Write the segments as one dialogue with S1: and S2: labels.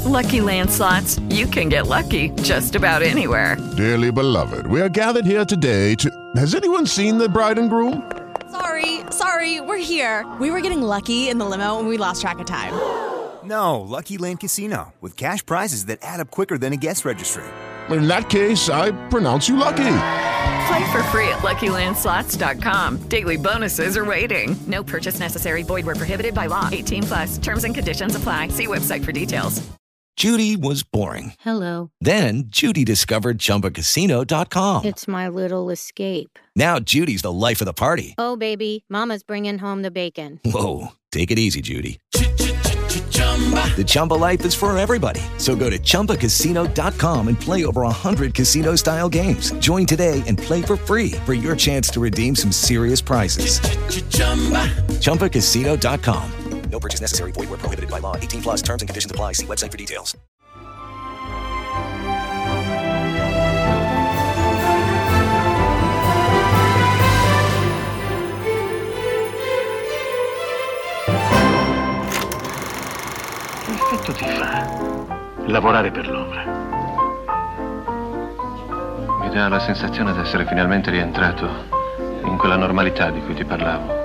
S1: Lucky Land Slots, you can get lucky just about anywhere.
S2: Dearly beloved, we are gathered here today to... Has anyone seen the bride and groom?
S3: Sorry, we're here. We were getting lucky in the limo and we lost track of time.
S4: No, Lucky Land Casino, with cash prizes that add up quicker than a guest registry.
S2: In that case, I pronounce you lucky.
S1: Play for free at LuckyLandSlots.com. Daily bonuses are waiting. No purchase necessary. Void where prohibited by law. 18+. Terms and conditions apply. See website for details.
S5: Judy was boring.
S6: Hello.
S5: Then Judy discovered ChumbaCasino.com.
S6: It's my little escape.
S5: Now Judy's the life of the party.
S6: Oh, baby, mama's bringing home the bacon.
S5: Whoa, take it easy, Judy. The Chumba life is for everybody. So go to ChumbaCasino.com and play over 100 casino-style games. Join today and play for free for your chance to redeem some serious prizes. ChumbaCasino.com. No purchase necessary. Void where prohibited by law. 18+. Terms and conditions apply. See website for details.
S7: Che effetto ti fa lavorare per l'ombra?
S8: Mi dà la sensazione di essere finalmente rientrato in quella normalità di cui ti parlavo.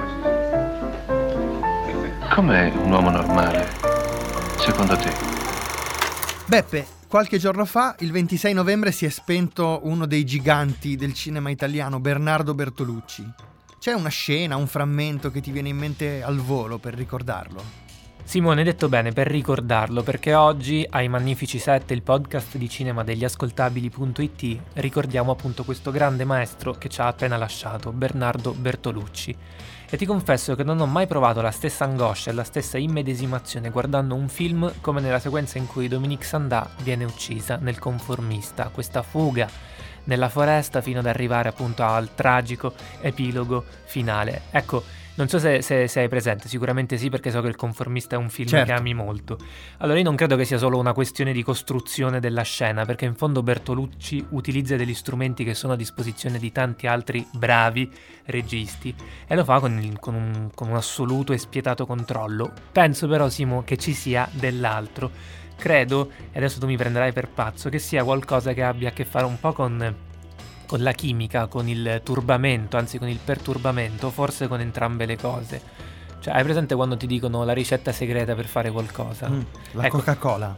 S8: Com'è un uomo normale, secondo te?
S9: Beppe, qualche giorno fa, il 26 novembre, si è spento uno dei giganti del cinema italiano, Bernardo Bertolucci. C'è una scena, un frammento che ti viene in mente al volo per ricordarlo?
S10: Simone, hai detto bene, per ricordarlo, perché oggi ai Magnifici 7, il podcast di cinema degli ascoltabili.it, ricordiamo appunto questo grande maestro che ci ha appena lasciato, Bernardo Bertolucci. E ti confesso che non ho mai provato la stessa angoscia e la stessa immedesimazione guardando un film come nella sequenza in cui Dominique Sanda viene uccisa nel Conformista, questa fuga nella foresta fino ad arrivare appunto al tragico epilogo finale. Ecco, non so se hai presente, sicuramente sì, perché so che Il Conformista è un film che ami molto. Allora io non credo che sia solo una questione di costruzione della scena, perché in fondo Bertolucci utilizza degli strumenti che sono a disposizione di tanti altri bravi registi e lo fa con un assoluto e spietato controllo. Penso però, Simo, che ci sia dell'altro. Credo, e adesso tu mi prenderai per pazzo, che sia qualcosa che abbia a che fare un po' con la chimica, con il turbamento, anzi con il perturbamento, forse con entrambe le cose. Cioè, hai presente quando ti dicono la ricetta segreta per fare qualcosa?
S9: La Coca-Cola.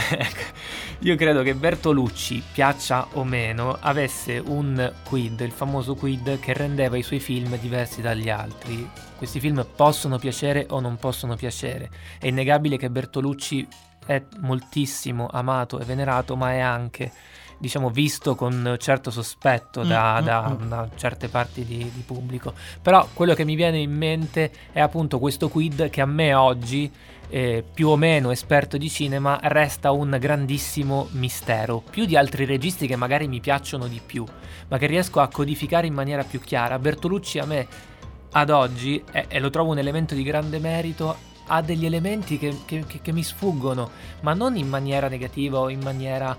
S10: Io credo che Bertolucci, piaccia o meno, avesse un quid, il famoso quid che rendeva i suoi film diversi dagli altri. Questi film possono piacere o non possono piacere. È innegabile che Bertolucci è moltissimo amato e venerato, ma è anche, diciamo, visto con certo sospetto da certe parti di pubblico. Però quello che mi viene in mente è appunto questo quid che a me oggi, più o meno esperto di cinema, resta un grandissimo mistero, più di altri registi che magari mi piacciono di più, ma che riesco a codificare in maniera più chiara. Bertolucci a me ad oggi, e lo trovo un elemento di grande merito, ha degli elementi che mi sfuggono, ma non in maniera negativa o in maniera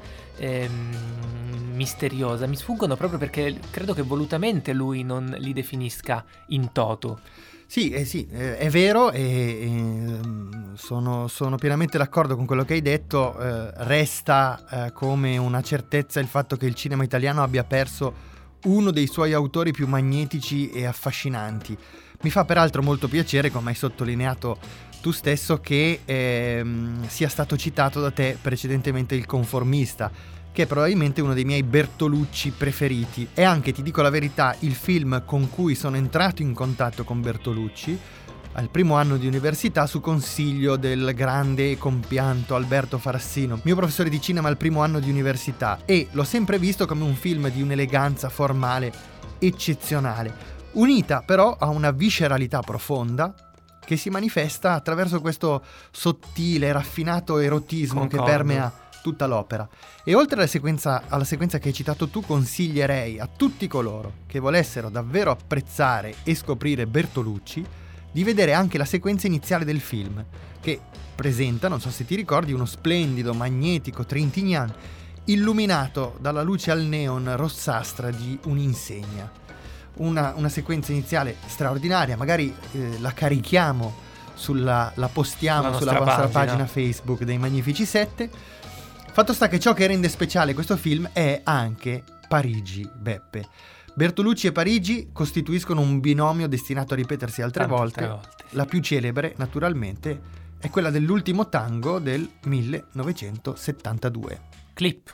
S10: misteriosa. Mi sfuggono proprio perché credo che volutamente lui non li definisca in toto.
S9: Sì, è vero, e sono pienamente d'accordo con quello che hai detto. Resta come una certezza il fatto che il cinema italiano abbia perso uno dei suoi autori più magnetici e affascinanti. Mi fa peraltro molto piacere, come hai sottolineato tu stesso, che sia stato citato da te precedentemente Il Conformista, che è probabilmente uno dei miei Bertolucci preferiti. E anche, ti dico la verità, il film con cui sono entrato in contatto con Bertolucci al primo anno di università su consiglio del grande e compianto Alberto Farassino, mio professore di cinema al primo anno di università, e l'ho sempre visto come un film di un'eleganza formale eccezionale, unita però a una visceralità profonda che si manifesta attraverso questo sottile, raffinato erotismo che permea tutta l'opera. E oltre alla sequenza che hai citato tu, consiglierei a tutti coloro che volessero davvero apprezzare e scoprire Bertolucci di vedere anche la sequenza iniziale del film, che presenta, non so se ti ricordi, uno splendido, magnetico Trintignant illuminato dalla luce al neon rossastra di un'insegna. Una sequenza iniziale straordinaria, magari la carichiamo la postiamo sulla nostra pagina Facebook dei Magnifici 7. Fatto sta che ciò che rende speciale questo film è anche Parigi, Beppe. Bertolucci e Parigi costituiscono un binomio destinato a ripetersi altre volte. La più celebre, naturalmente, è quella dell'Ultimo tango del 1972.
S10: Clip.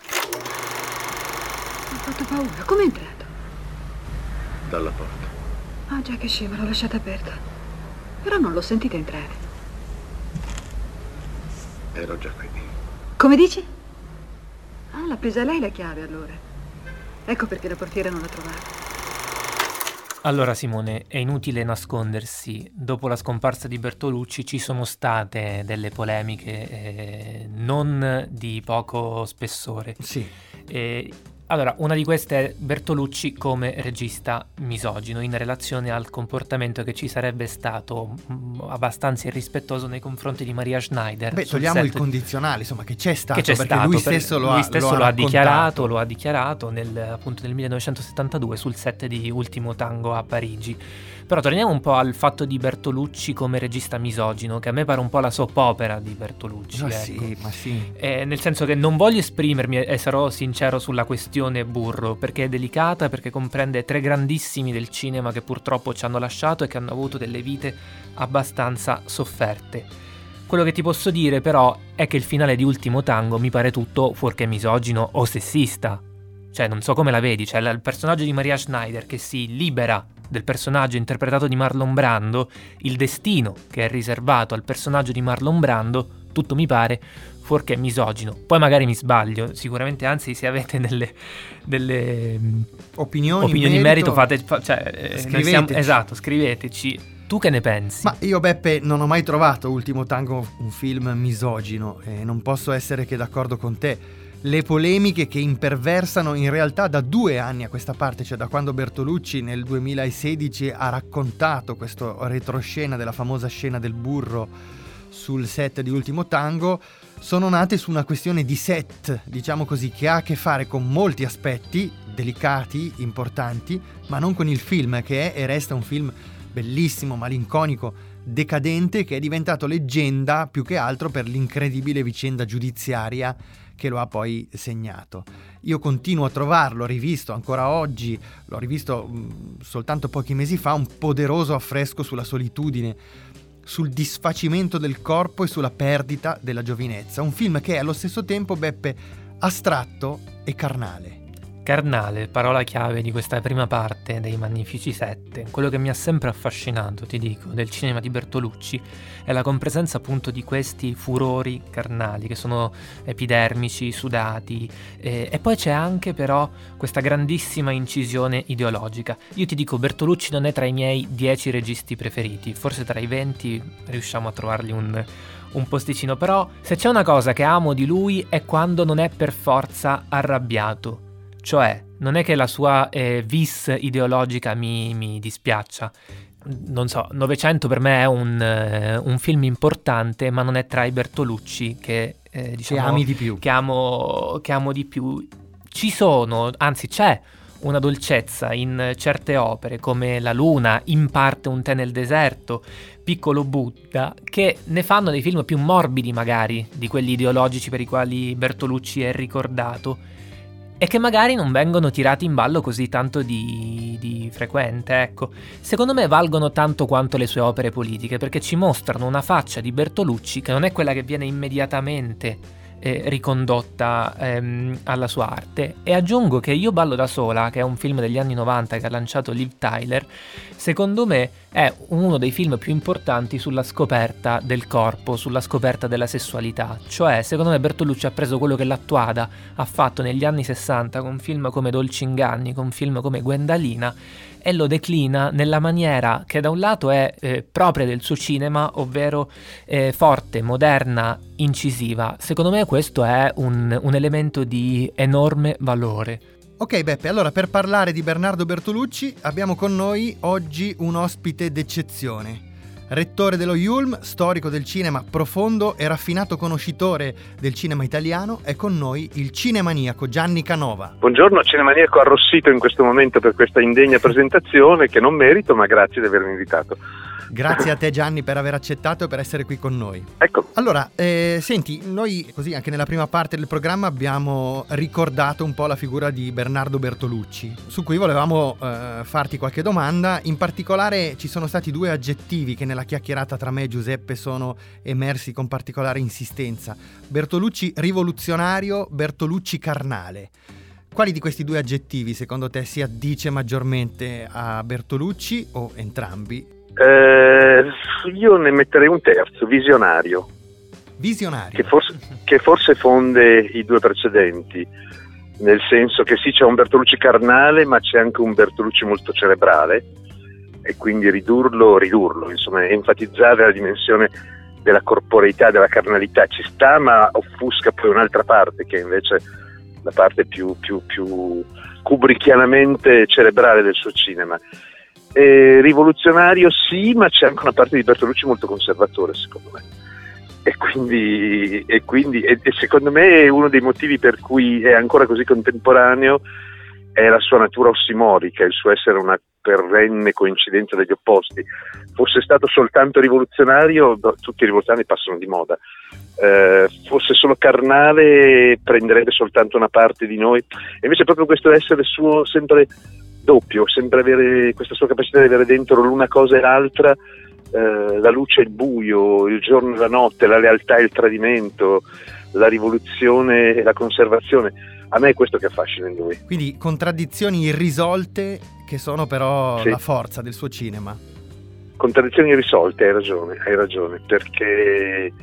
S11: Ho fatto paura. Come è entrato?
S7: Dalla porta.
S11: Ah già, che scema, l'ho lasciata aperta. Però non l'ho sentita entrare.
S7: Ero già qui.
S11: Come dici? Ah, l'ha presa lei la chiave allora. Ecco perché la portiera non l'ha trovata.
S10: Allora Simone, è inutile nascondersi, dopo la scomparsa di Bertolucci ci sono state delle polemiche non di poco spessore.
S9: Sì.
S10: Allora, una di queste è Bertolucci come regista misogino in relazione al comportamento che ci sarebbe stato abbastanza irrispettoso nei confronti di Maria Schneider.
S9: Beh, togliamo il condizionale, insomma, che c'è stato,
S10: perché
S9: stato, lui stesso lo ha
S10: dichiarato appunto nel 1972 sul set di Ultimo tango a Parigi. Però torniamo un po' al fatto di Bertolucci come regista misogino, che a me pare un po' la soap opera di Bertolucci.
S9: Sì, ma sì.
S10: Nel senso che non voglio esprimermi, e sarò sincero sulla questione burro, perché è delicata, perché comprende 3 grandissimi del cinema che purtroppo ci hanno lasciato e che hanno avuto delle vite abbastanza sofferte. Quello che ti posso dire però è che il finale di Ultimo tango mi pare tutto fuorché misogino o sessista. Cioè, non so come la vedi, cioè il personaggio di Maria Schneider che si libera del personaggio interpretato di Marlon Brando, il destino che è riservato al personaggio di Marlon Brando, tutto mi pare fuorché misogino. Poi magari mi sbaglio, sicuramente, anzi, se avete delle opinioni in merito scriveteci. Scriveteci. Tu che ne pensi?
S9: Ma io, Beppe, non ho mai trovato Ultimo tango un film misogino e non posso essere che d'accordo con te. Le polemiche che imperversano in realtà da 2 anni a questa parte, cioè da quando Bertolucci nel 2016 ha raccontato questo retroscena della famosa scena del burro sul set di Ultimo tango, sono nate su una questione di set, diciamo così, che ha a che fare con molti aspetti delicati, importanti, ma non con il film, che è e resta un film bellissimo, malinconico, decadente, che è diventato leggenda più che altro per l'incredibile vicenda giudiziaria che lo ha poi segnato. Io continuo a trovarlo, rivisto ancora oggi, l'ho rivisto soltanto pochi mesi fa, un poderoso affresco sulla solitudine, sul disfacimento del corpo e sulla perdita della giovinezza. Un film che è allo stesso tempo, Beppe, astratto e carnale.
S10: Carnale, parola chiave di questa prima parte dei Magnifici 7. Quello che mi ha sempre affascinato, ti dico, del cinema di Bertolucci è la compresenza appunto di questi furori carnali che sono epidermici, sudati, e poi c'è anche però questa grandissima incisione ideologica. Io ti dico, Bertolucci non è tra i miei 10 registi preferiti, forse tra i 20 riusciamo a trovargli un posticino, però se c'è una cosa che amo di lui è quando non è per forza arrabbiato. Cioè, non è che la sua vis ideologica mi dispiaccia. Non so, Novecento per me è un film importante, ma non è tra i Bertolucci che
S9: ami di più.
S10: Che amo di più. Ci sono, anzi c'è una dolcezza in certe opere come La Luna, in parte Un tè nel deserto, Piccolo Buddha, che ne fanno dei film più morbidi magari di quelli ideologici per i quali Bertolucci è ricordato, e che magari non vengono tirati in ballo così tanto di frequente, ecco. Secondo me valgono tanto quanto le sue opere politiche, perché ci mostrano una faccia di Bertolucci che non è quella che viene immediatamente ricondotta alla sua arte. E aggiungo che Io ballo da sola, che è un film degli anni 90 che ha lanciato Liv Tyler, secondo me è uno dei film più importanti sulla scoperta del corpo, sulla scoperta della sessualità. Cioè, secondo me Bertolucci ha preso quello che l'Attuada ha fatto negli anni 60 con film come Dolci Inganni, con film come Gwendalina, e lo declina nella maniera che da un lato è propria del suo cinema, ovvero forte, moderna, incisiva. Secondo me questo è un elemento di enorme valore.
S9: Ok Beppe, allora per parlare di Bernardo Bertolucci abbiamo con noi oggi un ospite d'eccezione. Rettore dello IULM, storico del cinema, profondo e raffinato conoscitore del cinema italiano, è con noi il cinemaniaco Gianni Canova.
S7: Buongiorno, cinemaniaco arrossito in questo momento per questa indegna presentazione che non merito, ma grazie di avermi invitato.
S9: Grazie a te Gianni per aver accettato e per essere qui con noi.
S7: Ecco.
S9: Allora, senti, noi così anche nella prima parte del programma abbiamo ricordato un po' la figura di Bernardo Bertolucci, su cui volevamo farti qualche domanda. In particolare ci sono stati 2 aggettivi che nella chiacchierata tra me e Giuseppe sono emersi con particolare insistenza: Bertolucci rivoluzionario, Bertolucci carnale. Quali di questi 2 aggettivi secondo te si addice maggiormente a Bertolucci, o entrambi?
S7: Io ne metterei un terzo, visionario.
S9: Visionario?
S7: Che forse fonde i 2 precedenti, nel senso che sì, c'è un Bertolucci carnale, ma c'è anche un Bertolucci molto cerebrale, e quindi ridurlo, insomma, enfatizzare la dimensione della corporeità, della carnalità ci sta, ma offusca poi un'altra parte, che è invece la parte più kubrickianamente cerebrale del suo cinema. Rivoluzionario sì, ma c'è anche una parte di Bertolucci molto conservatore, secondo me, e quindi secondo me uno dei motivi per cui è ancora così contemporaneo è la sua natura ossimorica, il suo essere una perenne coincidenza degli opposti. Fosse stato soltanto rivoluzionario, tutti i rivoluzionari passano di moda. Fosse solo carnale, prenderebbe soltanto una parte di noi, e invece proprio questo essere suo sempre doppio, sempre avere questa sua capacità di avere dentro l'una cosa e l'altra, la luce e il buio, il giorno e la notte, la lealtà e il tradimento, la rivoluzione e la conservazione. A me è questo che affascina in lui.
S9: Quindi contraddizioni irrisolte che sono però
S7: sì,
S9: la forza del suo cinema.
S7: Contraddizioni irrisolte, hai ragione, perché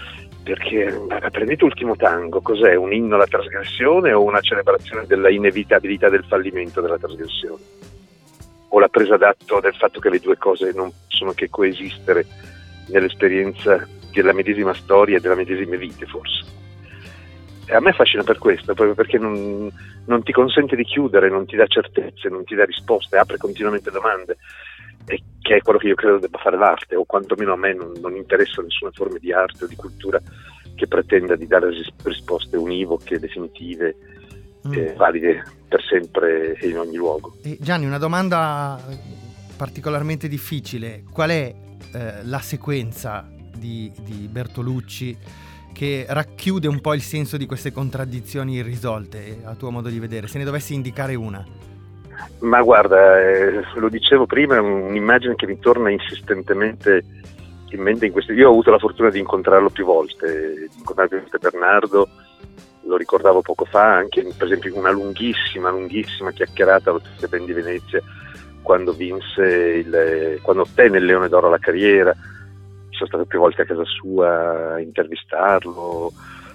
S7: prendete Ultimo Tango, cos'è? Un inno alla trasgressione o una celebrazione della inevitabilità del fallimento della trasgressione? O la presa d'atto del fatto che le 2 cose non possono che coesistere nell'esperienza della medesima storia e delle medesime vite, forse? E a me affascina per questo, proprio perché non ti consente di chiudere, non ti dà certezze, non ti dà risposte, apre continuamente domande, e che è quello che io credo debba fare l'arte, o quantomeno a me non interessa nessuna forma di arte o di cultura che pretenda di dare risposte univoche, definitive, valide per sempre e in ogni luogo.
S9: Gianni, una domanda particolarmente difficile: qual è la sequenza di Bertolucci che racchiude un po' il senso di queste contraddizioni irrisolte, a tuo modo di vedere, se ne dovessi indicare una?
S7: Ma guarda, lo dicevo prima, è un'immagine che mi torna insistentemente in mente io ho avuto la fortuna di incontrarlo più volte, Bernardo, lo ricordavo poco fa, anche per esempio in una lunghissima chiacchierata all'Hotel Ben di Venezia, quando ottenne il Leone d'Oro alla Carriera. Sono stato più volte a casa sua a intervistarlo,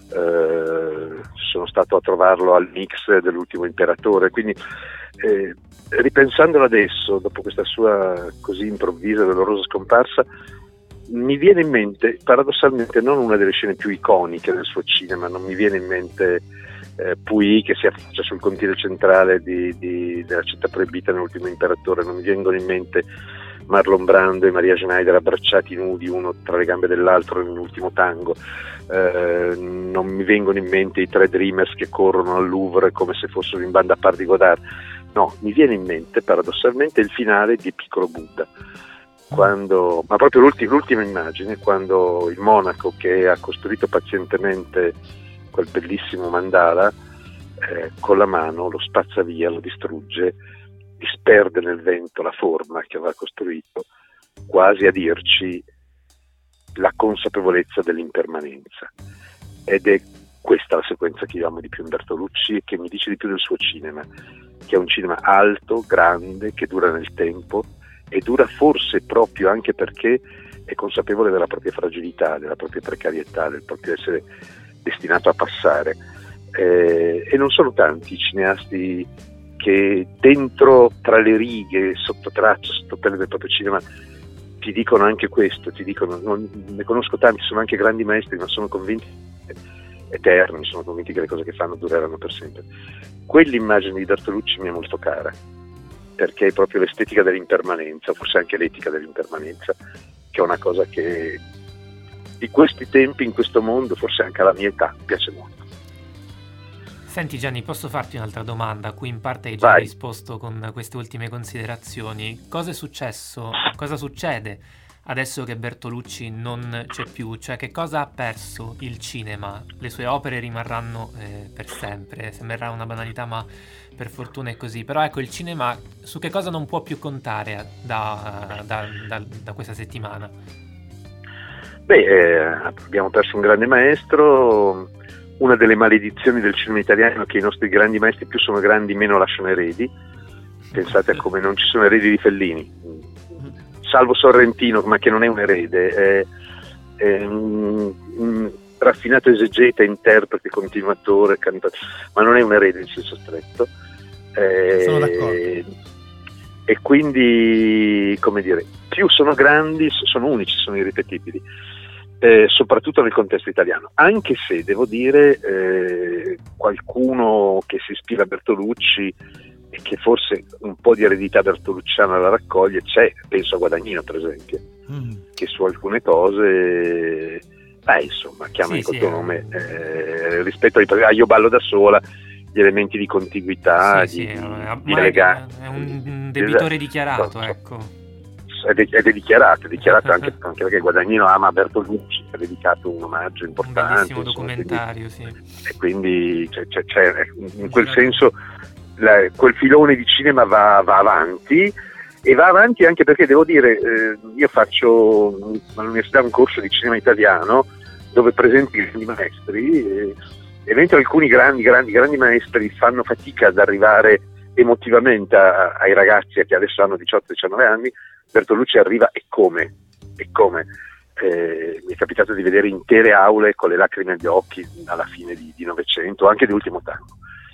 S7: sono stato a trovarlo al mix dell'Ultimo Imperatore, quindi ripensandolo adesso, dopo questa sua così improvvisa e dolorosa scomparsa, mi viene in mente paradossalmente non una delle scene più iconiche del suo cinema, non mi viene in mente Puyi che si affaccia sul cortile centrale della città proibita nell'Ultimo Imperatore, non mi vengono in mente Marlon Brando e Maria Schneider abbracciati nudi uno tra le gambe dell'altro nell'Ultimo Tango, non mi vengono in mente i 3 Dreamers che corrono al Louvre come se fossero in banda a par di Godard. No, mi viene in mente paradossalmente il finale di Piccolo Buddha, ma proprio l'ultima immagine, quando il monaco che ha costruito pazientemente quel bellissimo mandala con la mano lo spazza via, lo distrugge, disperde nel vento la forma che aveva costruito, quasi a dirci la consapevolezza dell'impermanenza. Ed è questa la sequenza che io amo di più in Bertolucci e che mi dice di più del suo cinema, che è un cinema alto, grande, che dura nel tempo, e dura forse proprio anche perché è consapevole della propria fragilità, della propria precarietà, del proprio essere destinato a passare. E non sono tanti i cineasti che dentro, tra le righe, sotto traccia, sotto pelle del proprio cinema, ti dicono anche questo, ne conosco tanti, sono anche grandi maestri, ma sono convinti eterni, sono convinti che le cose che fanno dureranno per sempre. Quell'immagine di Bertolucci mi è molto cara, perché è proprio l'estetica dell'impermanenza, forse anche l'etica dell'impermanenza, che è una cosa che di questi tempi, in questo mondo, forse anche alla mia età, piace molto.
S10: Senti Gianni, posso farti un'altra domanda a cui in parte hai già risposto con queste ultime considerazioni? Cosa è successo, cosa succede adesso che Bertolucci non c'è più? Cioè, che cosa ha perso il cinema? Le sue opere rimarranno per sempre, sembrerà una banalità, ma per fortuna è così. Però ecco, il cinema su che cosa non può più contare da questa settimana?
S7: Abbiamo perso un grande maestro. Una delle maledizioni del cinema italiano è che i nostri grandi maestri più sono grandi meno lasciano eredi. Pensate a come non ci sono eredi di Fellini, salvo Sorrentino, ma che non è un erede, è un raffinato esegeta, interprete, continuatore, ma non è un erede in senso stretto.
S9: Sono d'accordo.
S7: E quindi, come dire, più sono grandi, sono unici, sono irripetibili, soprattutto nel contesto italiano. Anche se devo dire, qualcuno che si ispira a Bertolucci e che forse un po' di eredità bertolucciana la raccoglie, c'è, penso a Guadagnino per esempio, che su alcune cose insomma chiama col tuo nome, rispetto ai Io ballo da sola, gli elementi di contiguità, di eleganza.
S10: È un debitore dichiarato, ecco.
S7: È dichiarato anche perché Guadagnino ama Bertolucci, ha dedicato un omaggio importante,
S10: un bellissimo documentario, quindi,
S7: e quindi c'è in quel senso quel filone di cinema va avanti, e va avanti anche perché devo dire, io faccio all'università un corso di cinema italiano dove presento i grandi maestri, e mentre alcuni grandi maestri fanno fatica ad arrivare emotivamente ai ragazzi che adesso hanno 18-19 anni, Bertolucci arriva e come. Mi è capitato di vedere intere aule con le lacrime agli occhi alla fine di Novecento, anche di Ultimo Tango.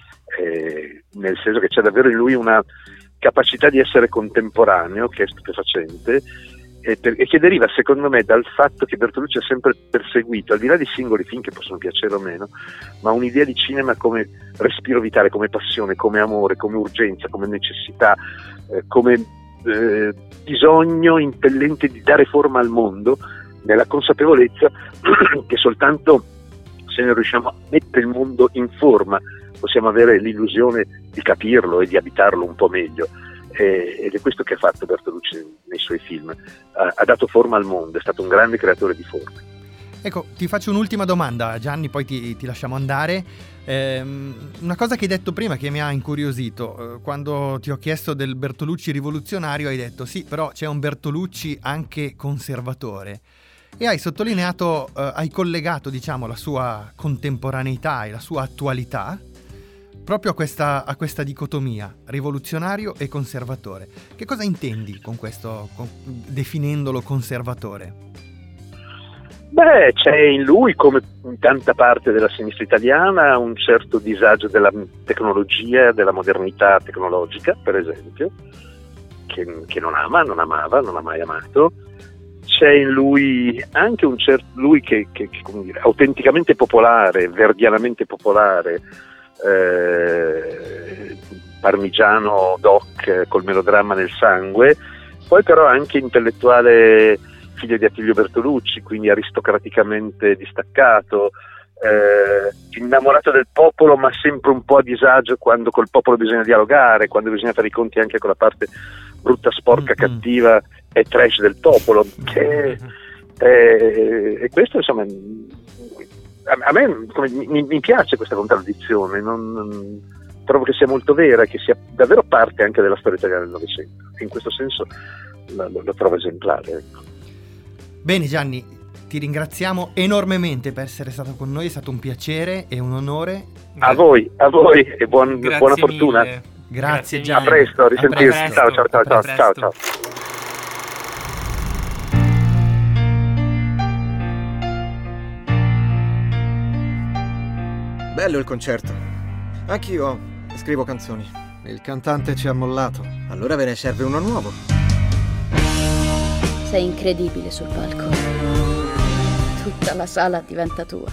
S7: Nel senso che c'è davvero in lui una capacità di essere contemporaneo che è stupefacente, e che deriva secondo me dal fatto che Bertolucci ha sempre perseguito, al di là di singoli film che possono piacere o meno, ma un'idea di cinema come respiro vitale, come passione, come amore, come urgenza, come necessità, come bisogno impellente di dare forma al mondo, nella consapevolezza che soltanto se ne riusciamo a mettere il mondo in forma possiamo avere l'illusione di capirlo e di abitarlo un po' meglio, ed è questo che ha fatto Bertolucci nei suoi film. Ha dato forma al mondo, è stato un grande creatore di forme.
S9: Ecco, ti faccio un'ultima domanda, Gianni, poi ti lasciamo andare. Una cosa che hai detto prima che mi ha incuriosito, quando ti ho chiesto del Bertolucci rivoluzionario hai detto sì, però c'è un Bertolucci anche conservatore, e hai sottolineato, hai collegato diciamo la sua contemporaneità e la sua attualità proprio a questa dicotomia rivoluzionario e conservatore. Che cosa intendi con questo, definendolo conservatore?
S7: C'è in lui, come in tanta parte della sinistra italiana, un certo disagio della tecnologia, della modernità tecnologica, per esempio, che non amava, non ha mai amato. C'è in lui anche un certo, lui che come dire, autenticamente popolare, verdianamente popolare, parmigiano doc col melodramma nel sangue, poi però anche intellettuale, figlio di Attilio Bertolucci, quindi aristocraticamente distaccato, innamorato del popolo ma sempre un po' a disagio quando col popolo bisogna dialogare, quando bisogna fare i conti anche con la parte brutta, sporca, cattiva e trash del popolo, e questo insomma a me mi piace questa contraddizione, trovo che sia molto vera, che sia davvero parte anche della storia italiana del Novecento, e in questo senso lo trovo esemplare, ecco.
S9: Bene Gianni, ti ringraziamo enormemente per essere stato con noi, è stato un piacere e un onore.
S7: A voi e buona fortuna.
S9: Grazie Gianni.
S7: A presto, a risentirci. Ciao.
S12: Bello il concerto. Anch'io scrivo canzoni. Il cantante ci ha mollato. Allora ve ne serve uno nuovo.
S13: Sei incredibile sul palco. Tutta la sala diventa tua.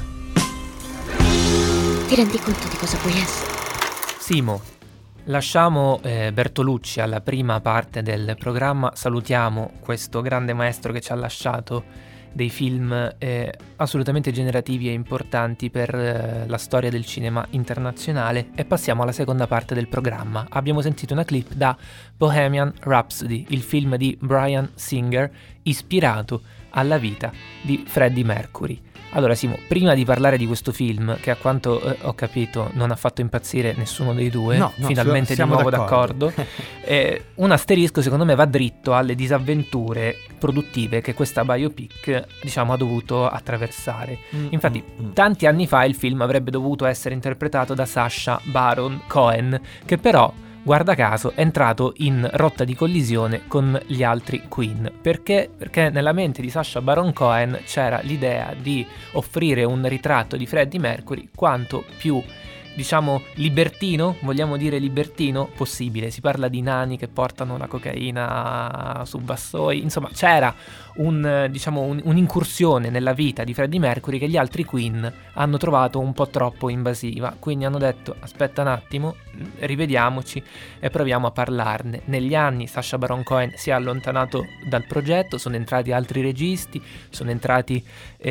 S13: Ti rendi conto di cosa puoi essere?
S10: Simo, lasciamo Bertolucci alla prima parte del programma, salutiamo questo grande maestro che ci ha lasciato dei film assolutamente generativi e importanti per la storia del cinema internazionale, e passiamo alla seconda parte del programma. Abbiamo sentito una clip da Bohemian Rhapsody, il film di Bryan Singer ispirato alla vita di Freddie Mercury. Allora Simo, prima di parlare di questo film, che a quanto ho capito non ha fatto impazzire nessuno dei due,
S9: no,
S10: finalmente di nuovo d'accordo, un asterisco secondo me va dritto alle disavventure produttive che questa biopic, diciamo, ha dovuto attraversare. Infatti tanti anni fa il film avrebbe dovuto essere interpretato da Sacha Baron Cohen, che però, guarda caso, è entrato in rotta di collisione con gli altri Queen. Perché? Perché nella mente di Sacha Baron Cohen c'era l'idea di offrire un ritratto di Freddie Mercury quanto più, diciamo, libertino, vogliamo dire libertino, possibile. Si parla di nani che portano la cocaina su vassoi, insomma c'era un'incursione nella vita di Freddie Mercury che gli altri Queen hanno trovato un po' troppo invasiva, quindi hanno detto aspetta un attimo, rivediamoci e proviamo a parlarne. Negli anni Sacha Baron Cohen si è allontanato dal progetto, sono entrati altri registi, sono entrati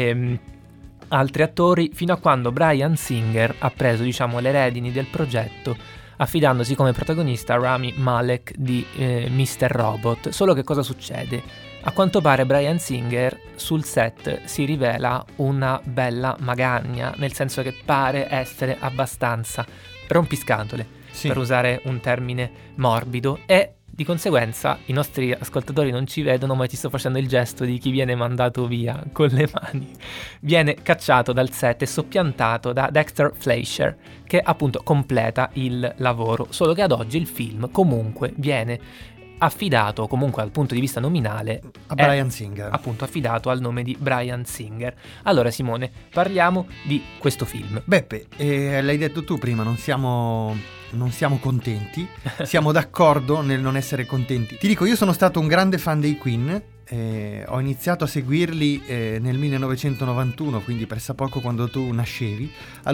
S10: altri attori, fino a quando Bryan Singer ha preso, diciamo, le redini del progetto, affidandosi come protagonista a Rami Malek di Mr. Robot. Solo che cosa succede? A quanto pare Bryan Singer sul set si rivela una bella magagna, nel senso che pare essere abbastanza rompiscatole, sì, per usare un termine morbido, e di conseguenza i nostri ascoltatori non ci vedono, ma ti sto facendo il gesto di chi viene mandato via con le mani. Viene cacciato dal set e soppiantato da Dexter Fleischer, che appunto completa il lavoro, solo che ad oggi il film comunque viene affidato, comunque dal punto di vista nominale,
S9: a Bryan Singer,
S10: appunto affidato al nome di Bryan Singer. Allora Simone, parliamo di questo film.
S9: Beppe, l'hai detto tu prima, non siamo contenti, siamo d'accordo nel non essere contenti. Ti dico, io sono stato un grande fan dei Queen, ho iniziato a seguirli nel 1991, quindi pressappoco quando tu nascevi,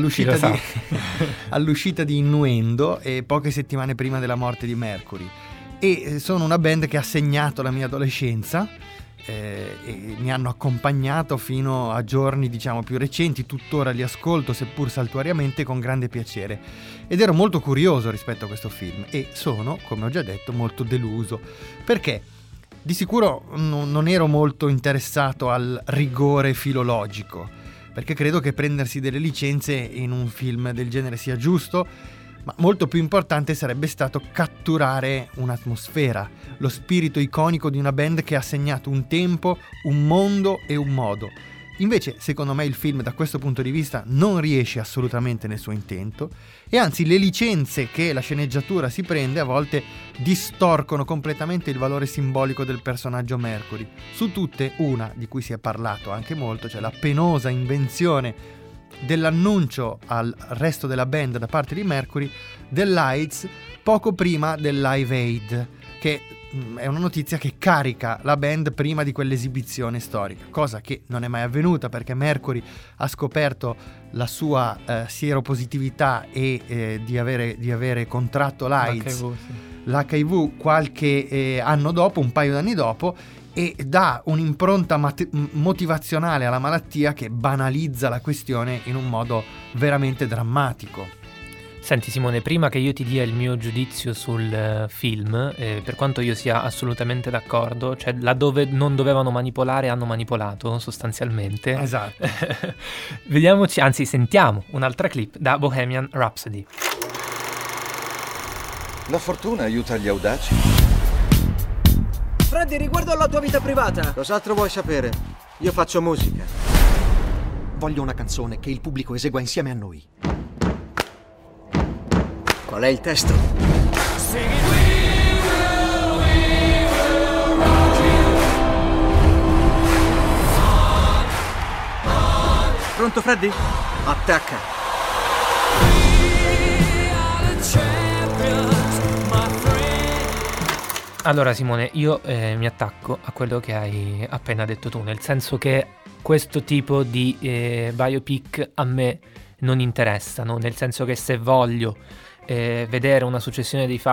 S9: all'uscita di Innuendo e poche settimane prima della morte di Mercury. E sono una band che ha segnato la mia adolescenza e mi hanno accompagnato fino a giorni, diciamo, più recenti. Tuttora li ascolto, seppur saltuariamente, con grande piacere, ed ero molto curioso rispetto a questo film e sono, come ho già detto, molto deluso, perché di sicuro non ero molto interessato al rigore filologico, perché credo che prendersi delle licenze in un film del genere sia giusto, ma molto più importante sarebbe stato catturare un'atmosfera, lo spirito iconico di una band che ha segnato un tempo, un mondo e un modo. Invece, secondo me, il film da questo punto di vista non riesce assolutamente nel suo intento, e anzi le licenze che la sceneggiatura si prende a volte distorcono completamente il valore simbolico del personaggio Mercury. Su tutte, una di cui si è parlato anche molto, cioè la penosa invenzione dell'annuncio al resto della band da parte di Mercury dell'AIDS poco prima del Live Aid, che è una notizia che carica la band prima di quell'esibizione storica, cosa che non è mai avvenuta perché Mercury ha scoperto la sua sieropositività e di avere contratto l'AIDS, l'HIV qualche anno dopo, un paio d'anni dopo, e dà un'impronta motivazionale alla malattia che banalizza la questione in un modo veramente drammatico.
S10: Senti Simone, prima che io ti dia il mio giudizio sul film, per quanto io sia assolutamente d'accordo, cioè laddove non dovevano manipolare hanno manipolato sostanzialmente.
S9: Esatto.
S10: Sentiamo un'altra clip da Bohemian Rhapsody.
S14: La fortuna aiuta gli audaci.
S15: Freddy, riguardo alla tua vita privata.
S12: Cos'altro vuoi sapere? Io faccio musica.
S15: Voglio una canzone che il pubblico esegua insieme a noi.
S12: Qual è il testo?
S15: Pronto, Freddy?
S12: Attacca.
S10: Allora Simone, io mi attacco a quello che hai appena detto tu, nel senso che questo tipo di biopic a me non interessano, nel senso che se voglio vedere una successione di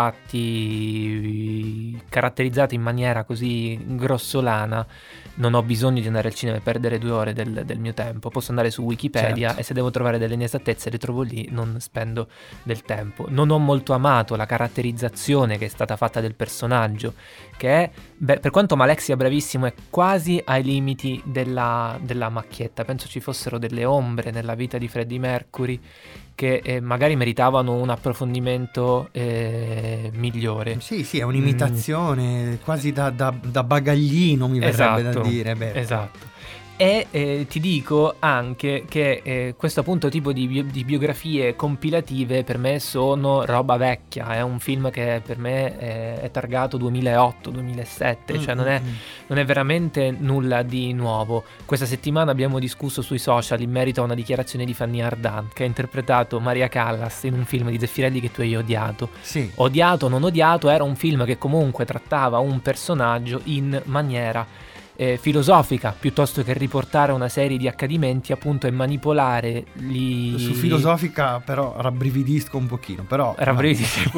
S10: fatti caratterizzati in maniera così grossolana, non ho bisogno di andare al cinema e perdere 2 ore del mio tempo. Posso andare su Wikipedia, certo, e se devo trovare delle inesattezze le trovo lì, non spendo del tempo. Non ho molto amato la caratterizzazione che è stata fatta del personaggio, che è, per quanto Malek sia bravissimo, è quasi ai limiti della macchietta. Penso ci fossero delle ombre nella vita di Freddie Mercury che magari meritavano un approfondimento migliore.
S9: Sì, è un'imitazione quasi da bagaglino, mi verrebbe da dire.
S10: Esatto. E ti dico anche che questo appunto tipo di biografie compilative per me sono roba vecchia. È un film che per me è targato 2008-2007, cioè non è veramente nulla di nuovo. Questa settimana abbiamo discusso sui social in merito a una dichiarazione di Fanny Ardant, che ha interpretato Maria Callas in un film di Zeffirelli che tu hai odiato.
S9: Sì.
S10: Odiato o non odiato, era un film che comunque trattava un personaggio in maniera filosofica, piuttosto che riportare una serie di accadimenti appunto e manipolare
S9: su filosofica, però rabbrividisco un pochino, però
S10: rabbrividisco.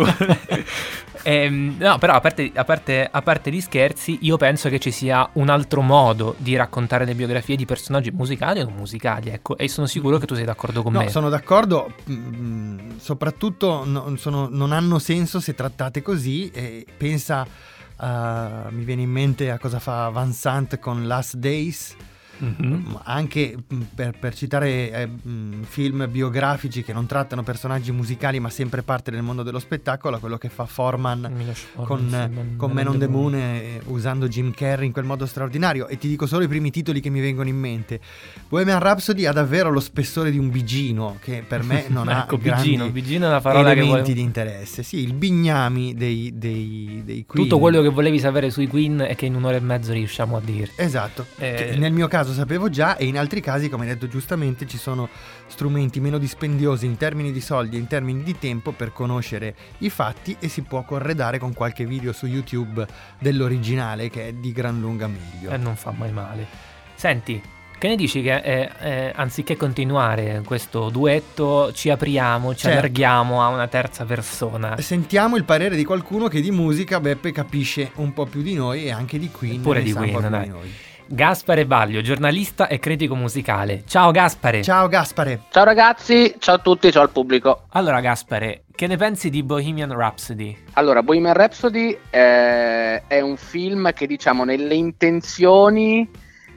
S10: No, però a parte gli scherzi, io penso che ci sia un altro modo di raccontare le biografie di personaggi musicali o non musicali, ecco, e sono sicuro che tu sei d'accordo con me.
S9: No, sono d'accordo, soprattutto non hanno senso se trattate così. Pensa, mi viene in mente a cosa fa Van Sant con Last Days. Anche per citare film biografici che non trattano personaggi musicali ma sempre parte del mondo dello spettacolo, quello che fa Forman con Man on the Moon, usando Jim Carrey in quel modo straordinario. E ti dico solo i primi titoli che mi vengono in mente. Bohemian Rhapsody ha davvero lo spessore di un bigino, che per me non ha grandi
S10: bigino è una parola
S9: elementi di interesse. Sì, il bignami dei Queen.
S10: Tutto quello che volevi sapere sui Queen e che in 1 ora e mezzo riusciamo a dirti.
S9: Esatto, che nel mio caso sapevo già, e in altri casi, come hai detto giustamente, ci sono strumenti meno dispendiosi in termini di soldi e in termini di tempo per conoscere i fatti, e si può corredare con qualche video su YouTube dell'originale, che è di gran lunga meglio.
S10: E non fa mai male. Senti, che ne dici che anziché continuare questo duetto ci apriamo, ci allarghiamo a una terza persona?
S9: Sentiamo il parere di qualcuno che di musica, Beppe, capisce un po' più di noi, e anche di Queen,
S10: pure di Queen, dai. Di noi. Gaspare Baglio, giornalista e critico musicale. Ciao Gaspare.
S9: Ciao Gaspare.
S16: Ciao ragazzi, ciao a tutti, ciao al pubblico.
S10: Allora Gaspare, che ne pensi di Bohemian Rhapsody?
S16: Allora, Bohemian Rhapsody è un film che, diciamo, nelle intenzioni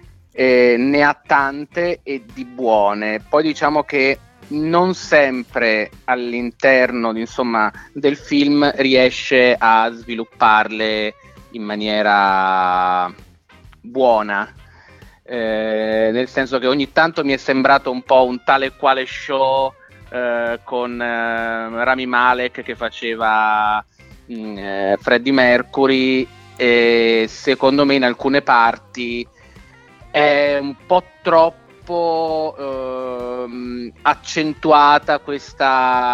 S16: ne ha tante e di buone. Poi diciamo che non sempre all'interno, insomma, del film riesce a svilupparle in maniera buona, nel senso che ogni tanto mi è sembrato un po' un tale e quale show con Rami Malek che faceva Freddie Mercury, e secondo me in alcune parti è un po' troppo accentuata questo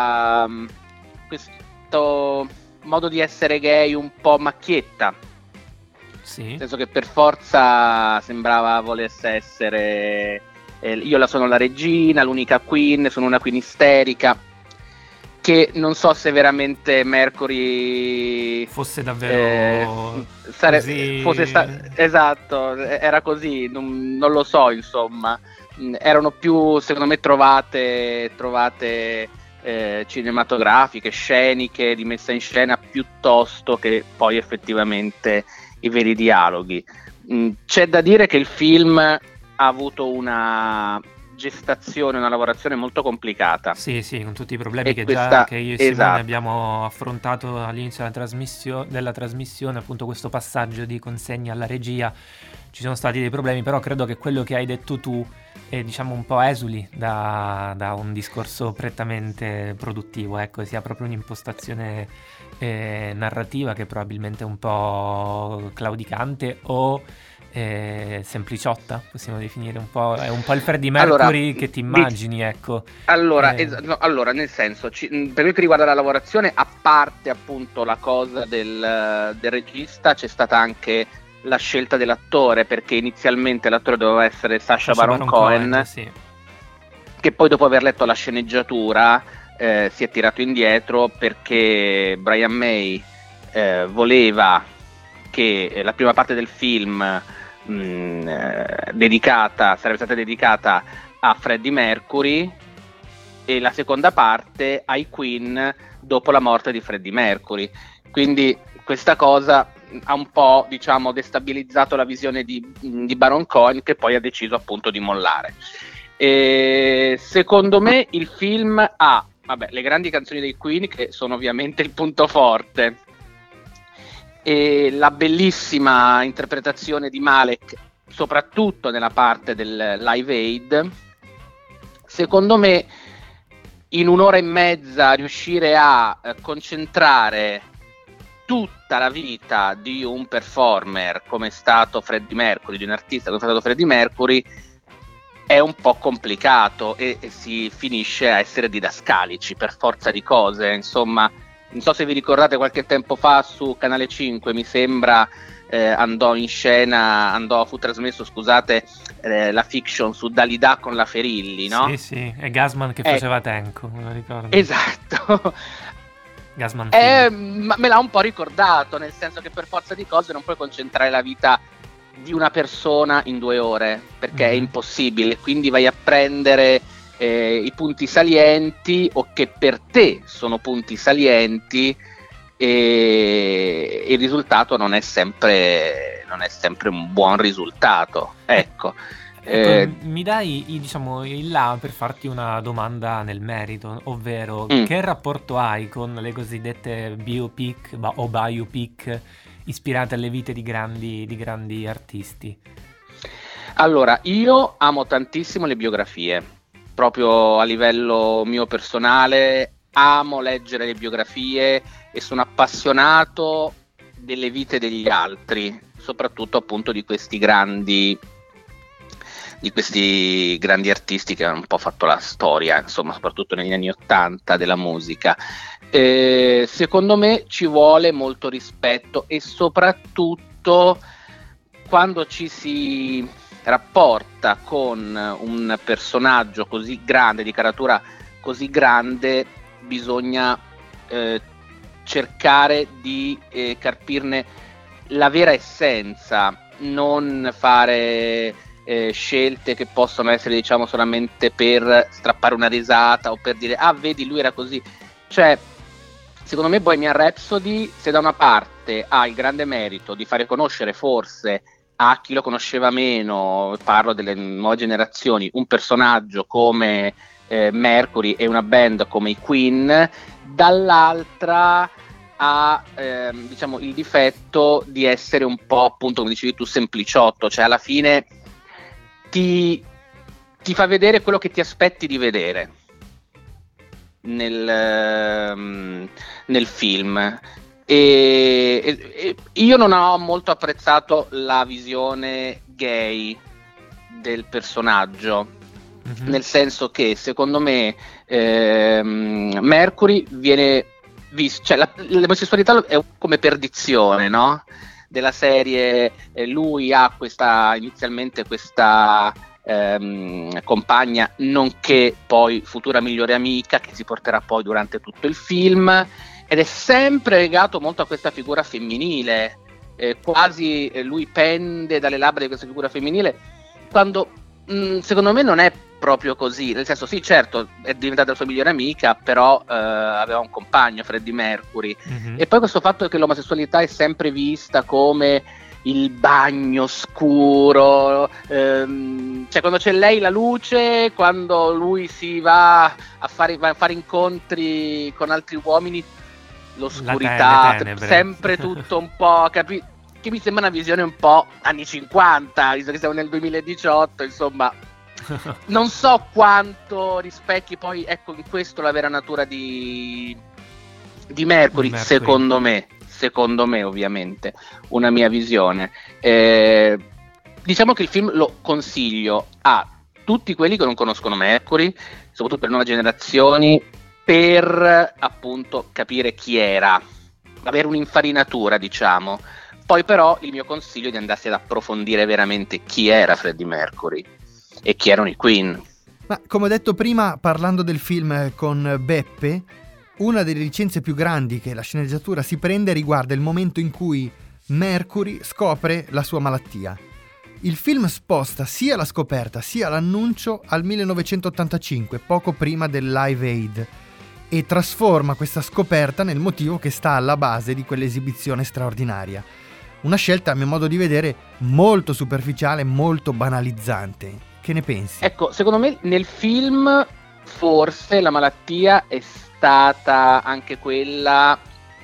S16: modo di essere gay un po' macchietta.
S10: Sì.
S16: Nel senso che per forza sembrava volesse essere io sono la regina, l'unica queen, sono una queen isterica, che non so se veramente Mercury
S10: fosse davvero
S16: esatto, era così, non lo so, insomma. Erano più, secondo me, trovate cinematografiche, sceniche, di messa in scena, piuttosto che poi effettivamente i veri dialoghi. C'è da dire che il film ha avuto una gestazione, una lavorazione molto complicata.
S10: Sì, con tutti i problemi che io e Simone abbiamo affrontato all'inizio della trasmissione, appunto questo passaggio di consegna alla regia. Ci sono stati dei problemi, però credo che quello che hai detto tu è, diciamo, un po' esuli da un discorso prettamente produttivo, ecco, sia proprio un'impostazione narrativa che probabilmente è un po' claudicante o sempliciotta, possiamo definire un po', è un po' il Freddie Mercury che ti immagini, ecco.
S16: Allora, nel senso, per quel che riguarda la lavorazione, a parte appunto la cosa del regista, c'è stata anche la scelta dell'attore, perché inizialmente l'attore doveva essere Sacha Baron Cohen,
S10: sì.
S16: Che poi, dopo aver letto la sceneggiatura, si è tirato indietro perché Brian May voleva che la prima parte del film sarebbe stata dedicata a Freddie Mercury e la seconda parte ai Queen dopo la morte di Freddie Mercury. Quindi questa cosa ha un po', diciamo, destabilizzato la visione di Baron Cohen, che poi ha deciso appunto di mollare. E secondo me il film ha le grandi canzoni dei Queen, che sono ovviamente il punto forte, e la bellissima interpretazione di Malek, soprattutto nella parte del Live Aid. Secondo me in un'ora e mezza riuscire a concentrare tutta la vita di un performer come è stato Freddie Mercury, di un artista come è stato Freddie Mercury, è un po' complicato e si finisce a essere didascalici per forza di cose. Insomma, non so se vi ricordate, qualche tempo fa su Canale 5 mi sembra fu trasmesso, la fiction su Dalida con la Ferilli, no?
S10: Sì, è Gasman che faceva Tenco, me lo ricordo.
S16: Esatto.
S10: Gasman
S16: ma me l'ha un po' ricordato, nel senso che per forza di cose non puoi concentrare la vita di una persona in 2 ore, perché è impossibile, quindi vai a prendere i punti salienti o che per te sono punti salienti, e il risultato non è sempre un buon risultato, ecco.
S10: Mi dai il là per farti una domanda nel merito, ovvero che rapporto hai con le cosiddette biopic o biopic ispirate alle vite di grandi artisti?
S16: Allora, io amo tantissimo le biografie, proprio a livello mio personale amo leggere le biografie e sono appassionato delle vite degli altri, soprattutto appunto di questi grandi artisti che hanno un po' fatto la storia, insomma, soprattutto negli anni '80 della musica. Secondo me ci vuole molto rispetto, e soprattutto quando ci si rapporta con un personaggio così grande, di caratura così grande, bisogna cercare di carpirne la vera essenza, non fare scelte che possono essere, diciamo, solamente per strappare una risata o per dire vedi, lui era così. Cioè, secondo me Bohemian Rhapsody, se da una parte ha il grande merito di fare conoscere forse a chi lo conosceva meno, parlo delle nuove generazioni, un personaggio come Mercury e una band come i Queen, dall'altra ha il difetto di essere un po', appunto, come dicevi tu, sempliciotto, cioè alla fine ti fa vedere quello che ti aspetti di vedere nel film. E io non ho molto apprezzato la visione gay del personaggio, nel senso che secondo me Mercury viene visto, cioè l'omosessualità è come perdizione, no? Della serie, lui ha inizialmente questa compagna, nonché poi futura migliore amica, che si porterà poi durante tutto il film, ed è sempre legato molto a questa figura femminile, quasi lui pende dalle labbra di questa figura femminile, quando secondo me non è proprio così, nel senso, sì, certo, è diventata la sua migliore amica, però aveva un compagno, Freddie Mercury, e poi questo fatto che l'omosessualità è sempre vista come il bagno scuro, cioè quando c'è lei la luce, quando lui si va a fare incontri con altri uomini l'oscurità, sempre tutto un po', che mi sembra una visione un po' anni 50, visto che siamo nel 2018, insomma. Non so quanto rispecchi poi, ecco, in questo la vera natura di Mercury. Secondo me, ovviamente, una mia visione. Diciamo che il film lo consiglio a tutti quelli che non conoscono Mercury, soprattutto per nuove generazioni, per appunto capire chi era, avere un'infarinatura, diciamo. Poi però il mio consiglio è di andarsi ad approfondire veramente chi era Freddie Mercury e chi erano i Queen.
S9: Ma come ho detto prima, parlando del film con Beppe, una delle licenze più grandi che la sceneggiatura si prende riguarda il momento in cui Mercury scopre la sua malattia. Il film sposta sia la scoperta sia l'annuncio al 1985, poco prima del Live Aid, e trasforma questa scoperta nel motivo che sta alla base di quell'esibizione straordinaria. Una scelta, a mio modo di vedere, molto superficiale, molto banalizzante. Che ne pensi?
S16: Ecco, secondo me nel film forse la malattia è stata anche quella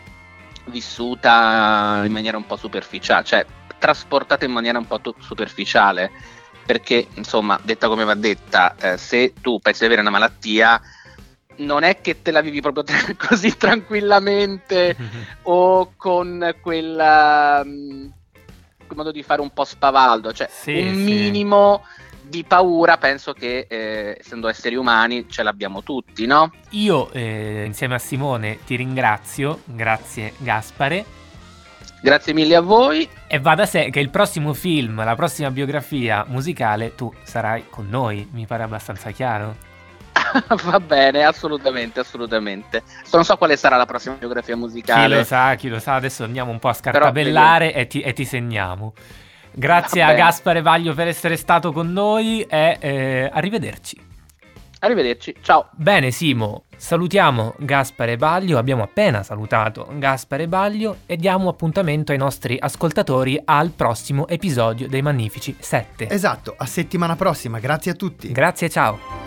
S16: vissuta in maniera un po' superficiale, cioè trasportata in maniera un po' superficiale, perché insomma, detta come va detta, se tu pensi di avere una malattia non è che te la vivi proprio così tranquillamente o con quel modo di fare un po' spavaldo, cioè minimo di paura penso che essendo esseri umani ce l'abbiamo tutti, no?
S10: Io insieme a Simone ti ringrazio, grazie Gaspare.
S16: Grazie mille a voi.
S10: E va da sé che il prossimo film, la prossima biografia musicale, tu sarai con noi, mi pare abbastanza chiaro.
S16: Va bene, assolutamente. Non so quale sarà la prossima biografia musicale.
S10: Chi lo sa, adesso andiamo un po' a scartabellare e ti segniamo. Grazie a Gaspare Vaglio per essere stato con noi e arrivederci.
S16: Arrivederci, ciao.
S10: Bene Simo, salutiamo Gaspare Vaglio, abbiamo appena salutato Gaspare Vaglio e diamo appuntamento ai nostri ascoltatori al prossimo episodio dei Magnifici 7.
S9: Esatto, a settimana prossima, grazie a tutti.
S10: Grazie, ciao.